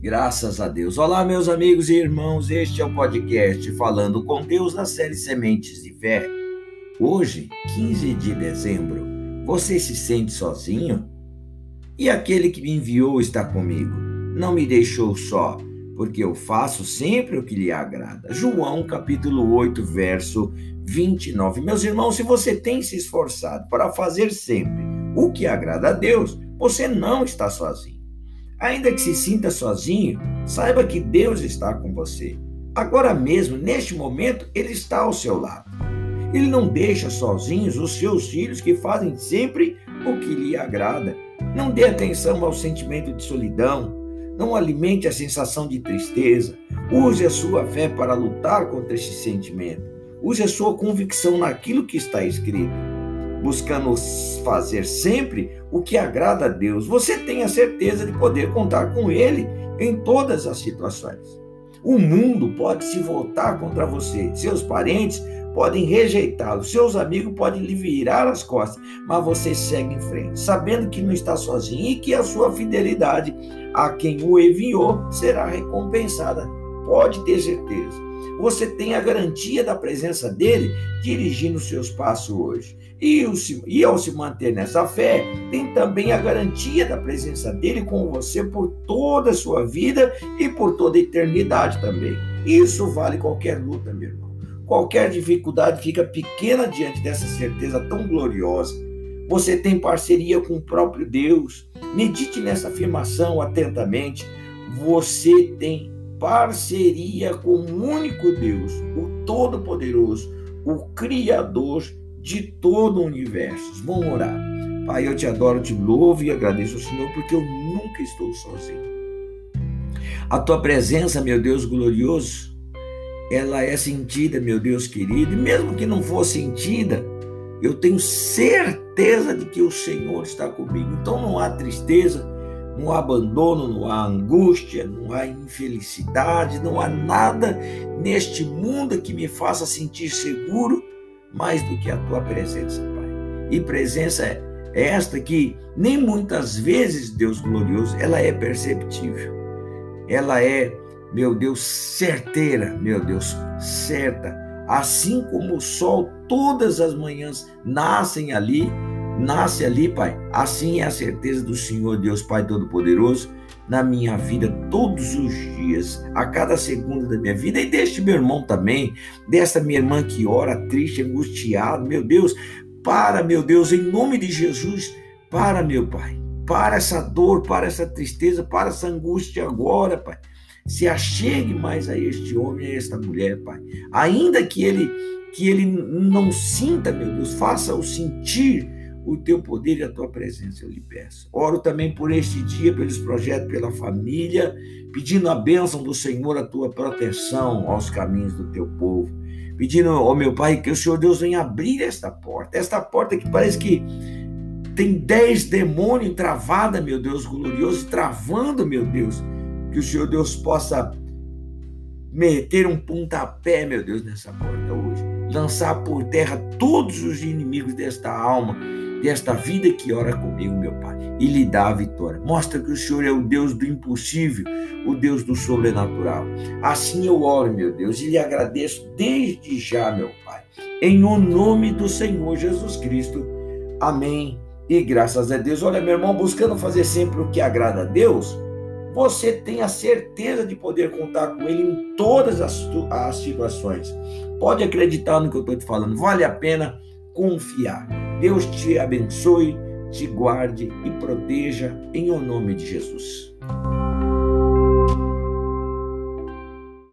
Graças a Deus. Olá, meus amigos e irmãos, este é o podcast Falando com Deus da série Sementes de Fé. Hoje, 15 de dezembro, você se sente sozinho? E aquele que me enviou está comigo. Não me deixou só, porque eu faço sempre o que lhe agrada. João, capítulo 8, verso 29. Meus irmãos, se você tem se esforçado para fazer sempre o que agrada a Deus, você não está sozinho. Ainda que se sinta sozinho, saiba que Deus está com você. Agora mesmo, neste momento, Ele está ao seu lado. Ele não deixa sozinhos os seus filhos que fazem sempre o que lhe agrada. Não dê atenção ao sentimento de solidão. Não alimente a sensação de tristeza. Use a sua fé para lutar contra esse sentimento. Use a sua convicção naquilo que está escrito. Buscando fazer sempre o que agrada a Deus, você tem a certeza de poder contar com Ele em todas as situações. O mundo pode se voltar contra você, seus parentes podem rejeitá-lo, seus amigos podem lhe virar as costas, mas você segue em frente, sabendo que não está sozinho e que a sua fidelidade a quem o enviou será recompensada. Pode ter certeza. Você tem a garantia da presença dele dirigindo os seus passos hoje. E ao se manter nessa fé, tem também a garantia da presença dele com você por toda a sua vida e por toda a eternidade também. Isso vale qualquer luta, meu irmão. Qualquer dificuldade fica pequena diante dessa certeza tão gloriosa. Você tem parceria com o próprio Deus. Medite nessa afirmação atentamente. Você tem parceria com o único Deus, o Todo-Poderoso, o Criador de todo o universo. Vamos orar. Pai, eu te adoro, te louvo e agradeço ao Senhor porque eu nunca estou sozinho. A tua presença, meu Deus glorioso, ela é sentida, meu Deus querido, e mesmo que não for sentida, eu tenho certeza de que o Senhor está comigo. Então não há tristeza, não há abandono, não há angústia, não há infelicidade, não há nada neste mundo que me faça sentir seguro mais do que a tua presença, Pai. E presença é esta que nem muitas vezes, Deus glorioso, ela é perceptível. Ela é, meu Deus, certeira, meu Deus, certa. Assim como o sol todas as manhãs nasce ali, Pai, assim é a certeza do Senhor Deus Pai Todo-Poderoso na minha vida todos os dias, a cada segundo da minha vida, e deste meu irmão também, desta minha irmã que ora triste, angustiado, meu Deus, meu Deus, em nome de Jesus, meu Pai, para essa dor, para essa tristeza, para essa angústia agora, Pai, se achegue mais a este homem, a esta mulher, Pai, ainda que ele não sinta, meu Deus, faça-o sentir o teu poder e a tua presença, eu lhe peço. Oro também por este dia, pelos projetos, pela família, pedindo a bênção do Senhor, a tua proteção aos caminhos do teu povo. Pedindo, ó meu Pai, que o Senhor Deus venha abrir esta porta que parece que tem 10 demônios travada, meu Deus glorioso, travando, meu Deus, que o Senhor Deus possa meter um pontapé, meu Deus, nessa porta hoje. Lançar por terra todos os inimigos desta alma, desta vida que ora comigo, meu Pai, e lhe dá a vitória. Mostra que o Senhor é o Deus do impossível, o Deus do sobrenatural. Assim eu oro, meu Deus, e lhe agradeço desde já, meu Pai, em o nome do Senhor Jesus Cristo. Amém. E graças a Deus. Olha, meu irmão, buscando fazer sempre o que agrada a Deus, você tem a certeza de poder contar com Ele em todas as situações. Pode acreditar no que eu estou te falando, vale a pena confiar. Deus te abençoe, te guarde e proteja em o nome de Jesus.